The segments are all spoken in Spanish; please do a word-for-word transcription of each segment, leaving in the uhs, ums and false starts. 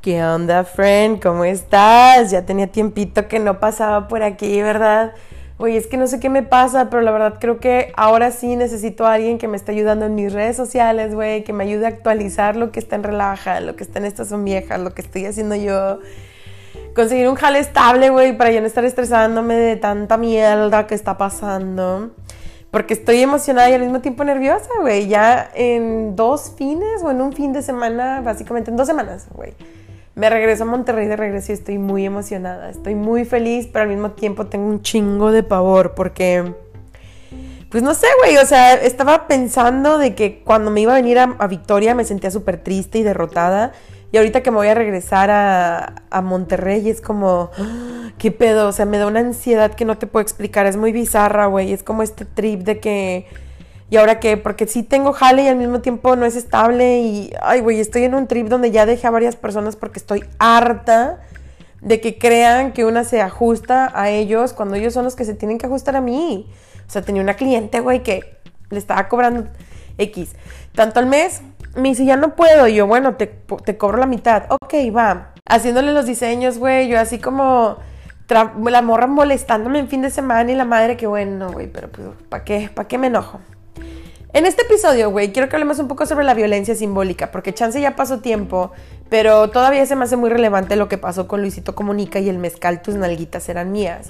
¿Qué onda, friend? ¿Cómo estás? Ya tenía tiempito que no pasaba por aquí, ¿verdad? Oye, es que no sé qué me pasa, pero la verdad creo que ahora sí necesito a alguien que me esté ayudando en mis redes sociales, güey, que me ayude a actualizar lo que está en Relaja, lo que está en Estas Son Viejas, lo que estoy haciendo yo. Conseguir un jale estable, güey, para ya no estar estresándome de tanta mierda que está pasando. Porque estoy emocionada y al mismo tiempo nerviosa, güey. Ya en dos fines o en un fin de semana, básicamente en dos semanas, güey, me regreso a Monterrey de regreso y estoy muy emocionada. Estoy muy feliz, pero al mismo tiempo tengo un chingo de pavor porque, pues no sé, güey, o sea, estaba pensando de que cuando me iba a venir a, a Victoria me sentía súper triste y derrotada. Y ahorita que me voy a regresar a, a Monterrey es como, ¿qué pedo? O sea, me da una ansiedad que no te puedo explicar. Es muy bizarra, güey. Es como este trip de que, ¿y ahora qué? Porque sí tengo jale y al mismo tiempo no es estable. Y, ay, güey, estoy en un trip donde ya dejé a varias personas porque estoy harta de que crean que una se ajusta a ellos cuando ellos son los que se tienen que ajustar a mí. O sea, tenía una cliente, güey, que le estaba cobrando X tanto al mes. Me dice, ya no puedo. Y yo, bueno, te, te cobro la mitad. Ok, va. Haciéndole los diseños, güey. Yo así como tra- la morra molestándome en fin de semana y la madre que, bueno, güey, pero pues, ¿para qué? ¿Para qué me enojo? En este episodio, güey, quiero que hablemos un poco sobre la violencia simbólica, porque chance ya pasó tiempo, pero todavía se me hace muy relevante lo que pasó con Luisito Comunica y el mezcal Tus Nalguitas Eran Mías.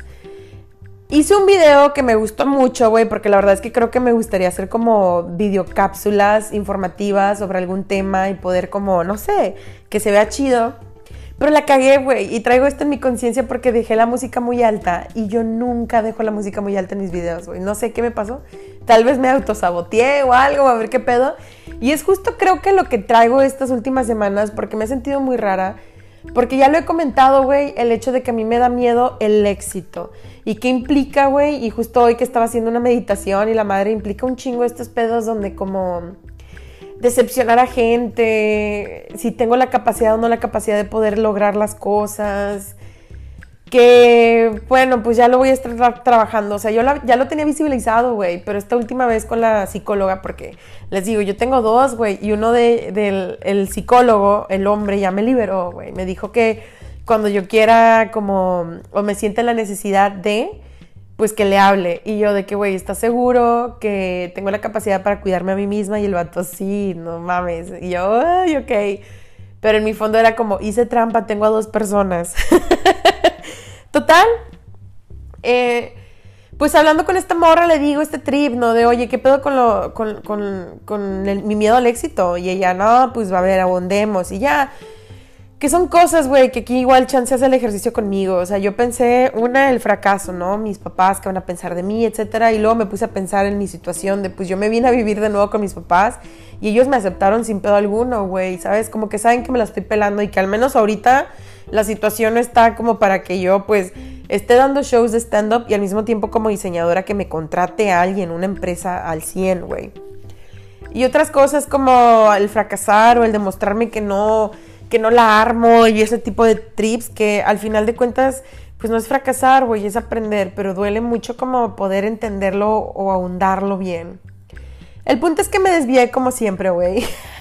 Hice un video que me gustó mucho, güey, porque la verdad es que creo que me gustaría hacer como videocápsulas informativas sobre algún tema y poder como, no sé, que se vea chido. Pero la cagué, güey, y traigo esto en mi conciencia porque dejé la música muy alta y yo nunca dejo la música muy alta en mis videos, güey. No sé qué me pasó. Tal vez me autosaboteé o algo, a ver qué pedo. Y es justo creo que lo que traigo estas últimas semanas porque me he sentido muy rara. Porque ya lo he comentado, güey, el hecho de que a mí me da miedo el éxito. ¿Y qué implica, güey? Y justo hoy que estaba haciendo una meditación y la madre implica un chingo estos pedos donde como decepcionar a gente, si tengo la capacidad o no la capacidad de poder lograr las cosas. Que, bueno, pues ya lo voy a estar tra- trabajando. O sea, yo la, ya lo tenía visibilizado, güey, pero esta última vez con la psicóloga, porque les digo, yo tengo dos, güey, y uno de, del el psicólogo, el hombre, ya me liberó, güey. Me dijo que cuando yo quiera como, o me sienta la necesidad de, pues que le hable. Y yo de que, güey, ¿estás seguro que tengo la capacidad para cuidarme a mí misma? Y el vato, sí, no mames. Y yo, ay, ok. Pero en mi fondo era como, hice trampa, tengo a dos personas. Total, eh, pues hablando con esta morra le digo este trip, ¿no? De, oye, ¿qué pedo con, lo, con, con, con el, mi miedo al éxito? Y ella, no, pues a ver, abondemos. Y ya, que son cosas, güey, que aquí igual chance hace el ejercicio conmigo. O sea, yo pensé, una, el fracaso, ¿no? Mis papás, ¿qué van a pensar de mí, etcétera? Y luego me puse a pensar en mi situación de, pues yo me vine a vivir de nuevo con mis papás y ellos me aceptaron sin pedo alguno, güey, ¿sabes? Como que saben que me la estoy pelando y que al menos ahorita la situación no está como para que yo, pues, esté dando shows de stand-up y al mismo tiempo como diseñadora que me contrate a alguien, una empresa al cien, güey. Y otras cosas como el fracasar o el demostrarme que no, que no la armo y ese tipo de trips que al final de cuentas, pues no es fracasar, güey, es aprender, pero duele mucho como poder entenderlo o ahondarlo bien. El punto es que me desvié como siempre, güey.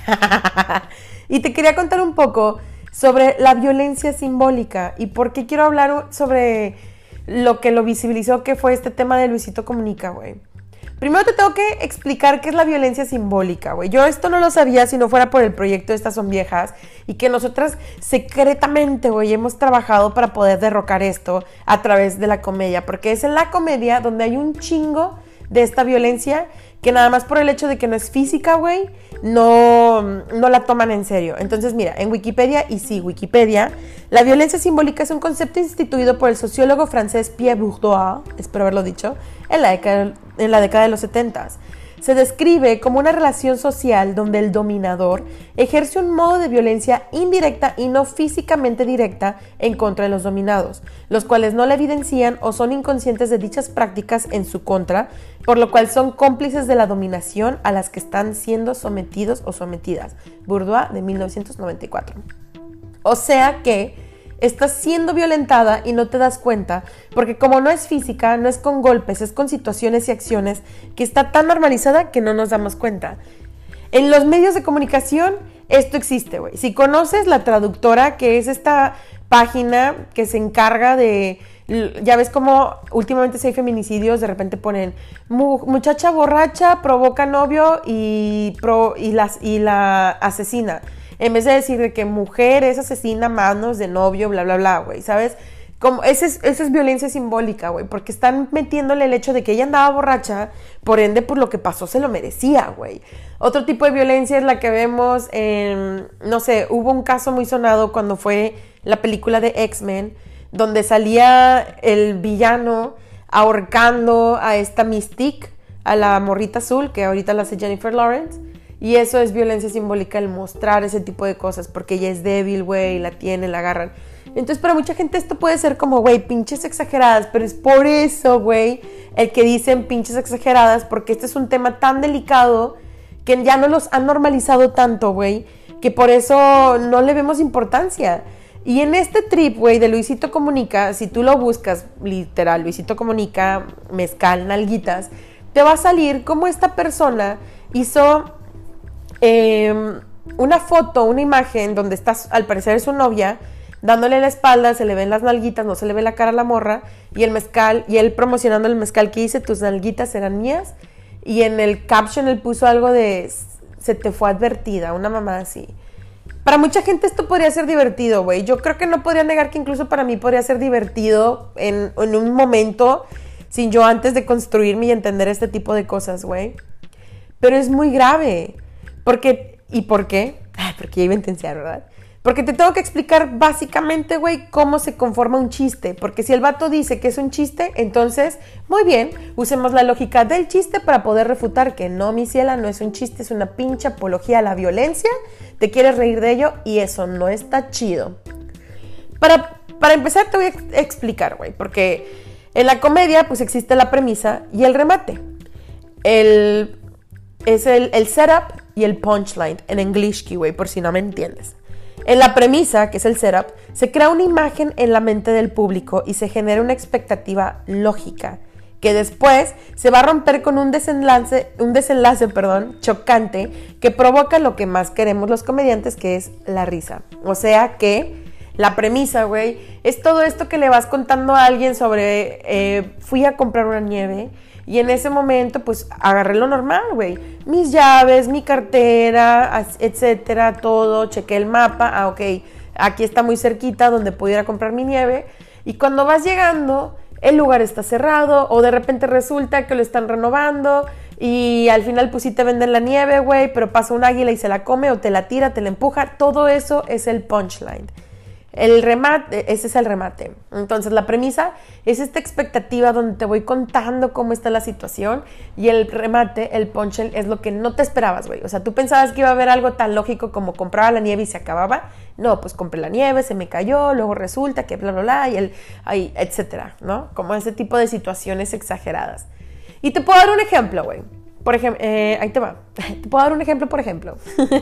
Y te quería contar un poco sobre la violencia simbólica y por qué quiero hablar sobre lo que lo visibilizó, que fue este tema de Luisito Comunica, güey. Primero te tengo que explicar qué es la violencia simbólica, güey. Yo esto no lo sabía si no fuera por el proyecto de Estas Son Viejas y que nosotras secretamente, güey, hemos trabajado para poder derrocar esto a través de la comedia, porque es en la comedia donde hay un chingo de esta violencia que nada más por el hecho de que no es física, güey, no, no la toman en serio. Entonces, mira, en Wikipedia, y sí, Wikipedia, la violencia simbólica es un concepto instituido por el sociólogo francés Pierre Bourdieu, espero haberlo dicho, en la década, en la década de los setentas. Se describe como una relación social donde el dominador ejerce un modo de violencia indirecta y no físicamente directa en contra de los dominados, los cuales no la evidencian o son inconscientes de dichas prácticas en su contra, por lo cual son cómplices de la dominación a las que están siendo sometidos o sometidas. Bourdieu, de mil novecientos noventa y cuatro. O sea que estás siendo violentada y no te das cuenta, porque como no es física, no es con golpes, es con situaciones y acciones que está tan normalizada que no nos damos cuenta. En los medios de comunicación esto existe, güey. Si conoces La Traductora, que es esta página que se encarga de... Ya ves cómo últimamente si hay feminicidios, de repente ponen muchacha borracha, provoca novio y, pro, y, las, y la asesina. En vez de decir de que mujer es asesina, manos de novio, bla, bla, bla, güey, ¿sabes? Como, esa es, esa es violencia simbólica, güey, porque están metiéndole el hecho de que ella andaba borracha, por ende, por lo que pasó se lo merecía, güey. Otro tipo de violencia es la que vemos en, no sé, hubo un caso muy sonado cuando fue la película de X-Men, donde salía el villano ahorcando a esta Mystique, a la morrita azul, que ahorita la hace Jennifer Lawrence, y eso es violencia simbólica, el mostrar ese tipo de cosas, porque ella es débil, güey, la tiene, la agarran. Entonces, para mucha gente esto puede ser como, güey, pinches exageradas, pero es por eso, güey, el que dicen pinches exageradas, porque este es un tema tan delicado que ya no los han normalizado tanto, güey, que por eso no le vemos importancia. Y en este trip, güey, de Luisito Comunica, si tú lo buscas, literal, Luisito Comunica, mezcal, nalguitas, te va a salir como esta persona hizo eh, una foto, una imagen donde está, al parecer es su novia, dándole la espalda, se le ven las nalguitas, no se le ve la cara a la morra, y el mezcal, y él promocionando el mezcal que dice, tus nalguitas eran mías, y en el caption él puso algo de, se te fue advertida, una mamá así. Para mucha gente esto podría ser divertido, güey. Yo creo que no podría negar que incluso para mí podría ser divertido en, en un momento sin yo antes de construirme y entender este tipo de cosas, güey. Pero es muy grave. Porque, ¿y por qué? Ay, porque ya iba a intensiar, ¿verdad? Porque te tengo que explicar básicamente, güey, cómo se conforma un chiste. Porque si el vato dice que es un chiste, entonces, muy bien, usemos la lógica del chiste para poder refutar que no, mi ciela, no es un chiste, es una pinche apología a la violencia. Te quieres reír de ello y eso no está chido. Para, para empezar te voy a explicar, güey, porque en la comedia pues existe la premisa y el remate. El, es el, el setup y el punchline en Englishki, güey, por si no me entiendes. En la premisa, que es el setup, se crea una imagen en la mente del público y se genera una expectativa lógica, que después se va a romper con un desenlace, un desenlace, perdón, chocante, que provoca lo que más queremos los comediantes, que es la risa. O sea que la premisa, güey, es todo esto que le vas contando a alguien sobre, eh, fui a comprar una nieve, y en ese momento, pues, agarré lo normal, güey. Mis llaves, mi cartera, etcétera, todo. Chequé el mapa. Ah, ok, aquí está muy cerquita donde pudiera comprar mi nieve. Y cuando vas llegando, el lugar está cerrado. O de repente resulta que lo están renovando. Y al final, pues, sí te venden la nieve, güey. Pero pasa un águila y se la come o te la tira, te la empuja. Todo eso es el punchline. El remate, ese es el remate. Entonces la premisa es esta expectativa donde te voy contando cómo está la situación, y el remate, el punchline, es lo que no te esperabas, güey. O sea, tú pensabas que iba a haber algo tan lógico como compraba la nieve y se acababa. No, pues compré la nieve, se me cayó, luego resulta que bla, bla, bla, y el, ahí, etcétera, ¿no? Como ese tipo de situaciones exageradas. Y te puedo dar un ejemplo, güey. Por ejemplo, eh, ahí te va. Te puedo dar un ejemplo, por ejemplo.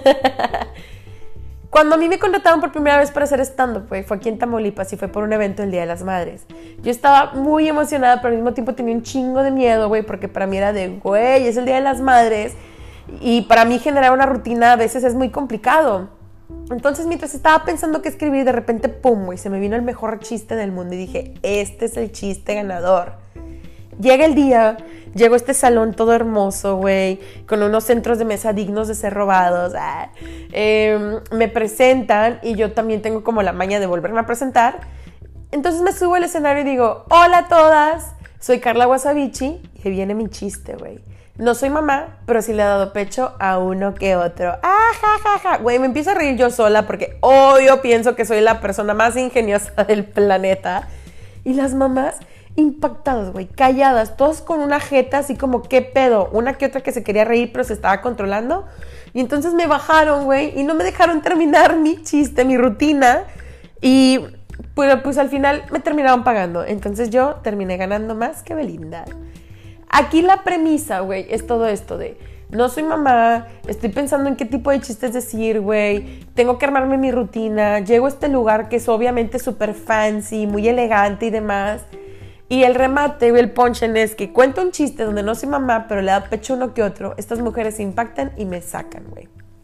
Cuando a mí me contrataron por primera vez para hacer stand-up, güey, fue aquí en Tamaulipas y fue por un evento el Día de las Madres. Yo estaba muy emocionada, pero al mismo tiempo tenía un chingo de miedo, güey, porque para mí era de, güey, es el Día de las Madres. Y para mí generar una rutina a veces es muy complicado. Entonces, mientras estaba pensando qué escribir, de repente, pum, güey, se me vino el mejor chiste del mundo y dije, este es el chiste ganador. Llega el día, llego a este salón todo hermoso, güey, con unos centros de mesa dignos de ser robados. Ah. Eh, me presentan y yo también tengo como la maña de volverme a presentar. Entonces me subo al escenario y digo, hola a todas, soy Carla Wasabichi, y viene mi chiste, güey. No soy mamá, pero sí le he dado pecho a uno que otro. Ah, ja, ja, ja. Güey, me empiezo a reír yo sola porque obvio pienso que soy la persona más ingeniosa del planeta. Y las mamás impactadas, güey, calladas, todos con una jeta así como, ¿qué pedo? Una que otra que se quería reír pero se estaba controlando. Y entonces me bajaron, güey, y no me dejaron terminar mi chiste, mi rutina. Y pues, pues al final me terminaron pagando. Entonces yo terminé ganando más que Belinda. Aquí la premisa, güey, es todo esto de, no soy mamá, estoy pensando en qué tipo de chistes decir, güey, tengo que armarme mi rutina, llego a este lugar que es obviamente súper fancy, muy elegante y demás. Y el remate, el punchline es que cuento un chiste donde no soy mamá, pero le da pecho uno que otro. Estas mujeres se impactan y me sacan, güey.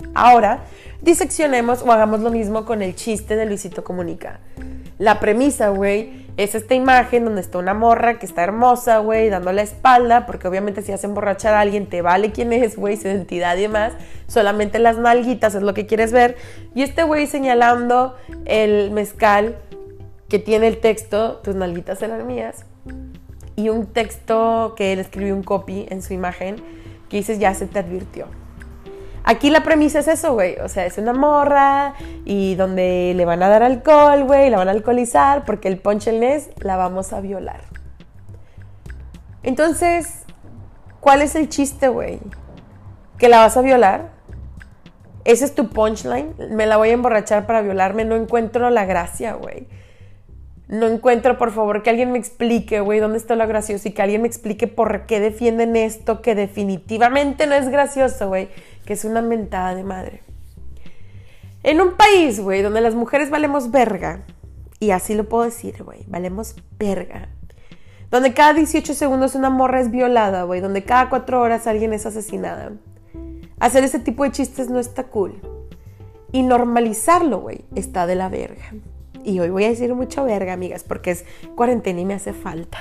Ahora, diseccionemos o hagamos lo mismo con el chiste de Luisito Comunica. La premisa, güey, es esta imagen donde está una morra que está hermosa, güey, dando la espalda, porque obviamente si hace emborrachar a alguien, te vale quién es, güey, su identidad y demás, solamente las nalguitas es lo que quieres ver. Y este güey señalando el mezcal que tiene el texto, tus nalguitas serán mías, y un texto que él escribió, un copy en su imagen, que dices, ya se te advirtió. Aquí la premisa es eso, güey, o sea, es una morra y donde le van a dar alcohol, güey, la van a alcoholizar porque el punchline es, la vamos a violar. Entonces, ¿cuál es el chiste, güey? ¿Que la vas a violar? ¿Ese es tu punchline? ¿Me la voy a emborrachar para violarme? No encuentro la gracia, güey. No encuentro, por favor, que alguien me explique, güey, dónde está lo gracioso y que alguien me explique por qué defienden esto que definitivamente no es gracioso, güey, que es una mentada de madre. En un país, güey, donde las mujeres valemos verga, y así lo puedo decir, güey, valemos verga, donde cada dieciocho segundos una morra es violada, güey, donde cada cuatro horas alguien es asesinada, hacer ese tipo de chistes no está cool. Y normalizarlo, güey, está de la verga. Y hoy voy a decir mucho verga, amigas, porque es cuarentena y me hace falta.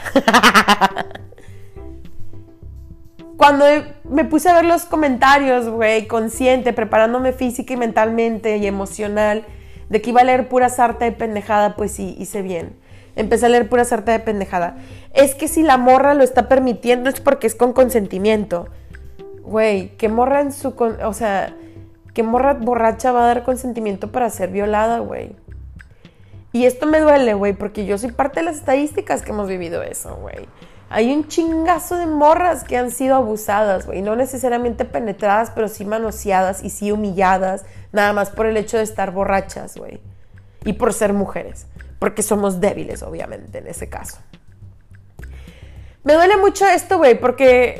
Cuando me puse a ver los comentarios, güey, consciente, preparándome física y mentalmente y emocional, de que iba a leer pura sarta de pendejada, pues sí, hice bien. Empecé a leer pura sarta de pendejada. Es que si la morra lo está permitiendo es porque es con consentimiento. Güey, ¿qué morra en su... Con- o sea, ¿qué morra borracha va a dar consentimiento para ser violada, güey? Y esto me duele, güey, porque yo soy parte de las estadísticas que hemos vivido eso, güey. Hay un chingazo de morras que han sido abusadas, güey. No necesariamente penetradas, pero sí manoseadas y sí humilladas, nada más por el hecho de estar borrachas, güey. Y por ser mujeres, porque somos débiles, obviamente, en ese caso. Me duele mucho esto, güey, porque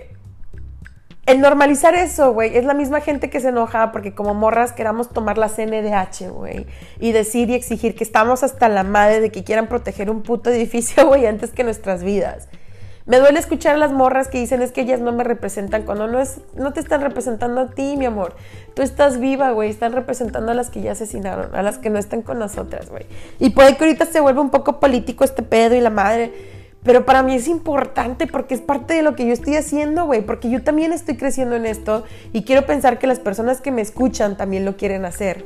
el normalizar eso, güey, es la misma gente que se enoja porque como morras queramos tomar la C N D H, güey, y decir y exigir que estamos hasta la madre de que quieran proteger un puto edificio, güey, antes que nuestras vidas. Me duele escuchar a las morras que dicen es que ellas no me representan cuando no, es, no te están representando a ti, mi amor. Tú estás viva, güey, están representando a las que ya asesinaron, a las que no están con nosotras, güey. Y puede que ahorita se vuelva un poco político este pedo y la madre... Pero para mí es importante porque es parte de lo que yo estoy haciendo, güey. Porque yo también estoy creciendo en esto y quiero pensar que las personas que me escuchan también lo quieren hacer.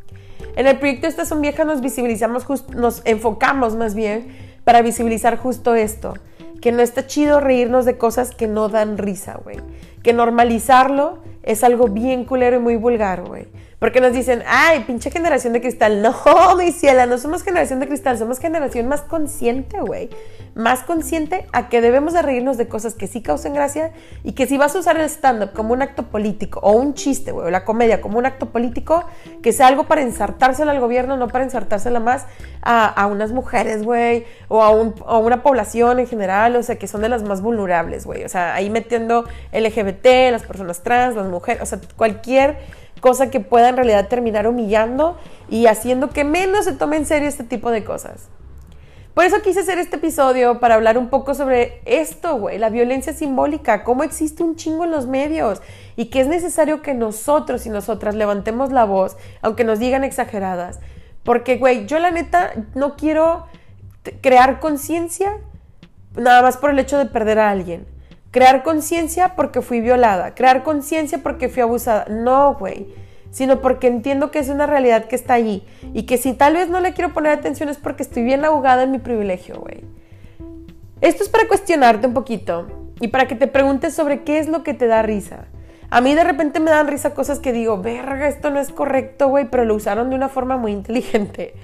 En el proyecto Estas Son Viejas nos visibilizamos, just, nos enfocamos más bien para visibilizar justo esto. Que no está chido reírnos de cosas que no dan risa, güey. Que normalizarlo es algo bien culero y muy vulgar, güey. Porque nos dicen, ay, pinche generación de cristal. No, mi ciela, no somos generación de cristal, somos generación más consciente, güey. Más consciente a que debemos de reírnos de cosas que sí causen gracia y que si vas a usar el stand-up como un acto político o un chiste, güey, o la comedia como un acto político, que sea algo para ensartársela al gobierno, no para ensartársela más a, a unas mujeres, güey, o a, un, a una población en general, o sea, que son de las más vulnerables, güey. O sea, ahí metiendo L G B T, las personas trans, las mujeres, o sea, cualquier... cosa que pueda en realidad terminar humillando y haciendo que menos se tome en serio este tipo de cosas. Por eso quise hacer este episodio para hablar un poco sobre esto, güey, la violencia simbólica, cómo existe un chingo en los medios y que es necesario que nosotros y nosotras levantemos la voz, aunque nos digan exageradas. Porque, güey, yo la neta no quiero crear conciencia nada más por el hecho de perder a alguien. Crear conciencia porque fui violada, crear conciencia porque fui abusada. No, güey, sino porque entiendo que es una realidad que está allí y que si tal vez no le quiero poner atención es porque estoy bien ahogada en mi privilegio, güey. Esto es para cuestionarte un poquito y para que te preguntes sobre qué es lo que te da risa. A mí de repente me dan risa cosas que digo, verga, esto no es correcto, güey, pero lo usaron de una forma muy inteligente.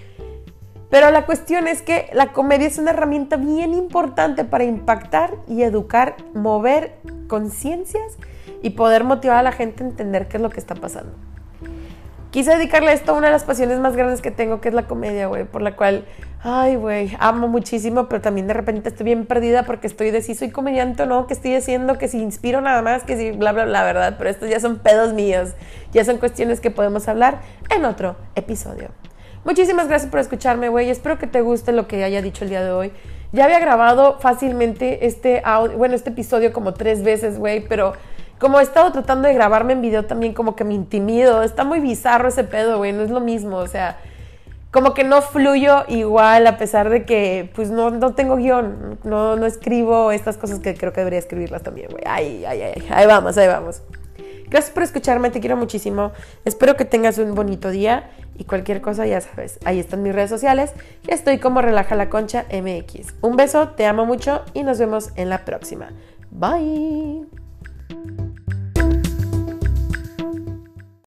Pero la cuestión es que la comedia es una herramienta bien importante para impactar y educar, mover conciencias y poder motivar a la gente a entender qué es lo que está pasando. Quise dedicarle esto a una de las pasiones más grandes que tengo, que es la comedia, güey, por la cual, ay, güey, amo muchísimo, pero también de repente estoy bien perdida porque estoy de si soy comediante o no, qué estoy haciendo, que si inspiro nada más, que si bla, bla, bla, ¿verdad? Pero estos ya son pedos míos, ya son cuestiones que podemos hablar en otro episodio. Muchísimas gracias por escucharme, güey. Espero que te guste lo que haya dicho el día de hoy. Ya había grabado fácilmente este audio, bueno, este episodio como tres veces, güey, pero como he estado tratando de grabarme en video también, como que me intimido. Está muy bizarro ese pedo, güey, no es lo mismo, o sea, como que no fluyo igual a pesar de que, pues, no, no tengo guión, no, no escribo estas cosas que creo que debería escribirlas también, güey. Ay, ay, ay, ahí vamos, ahí vamos. Gracias por escucharme, te quiero muchísimo. Espero que tengas un bonito día y cualquier cosa ya sabes, ahí están mis redes sociales. Estoy como Relaja la Concha M X. Un beso, te amo mucho y nos vemos en la próxima. Bye.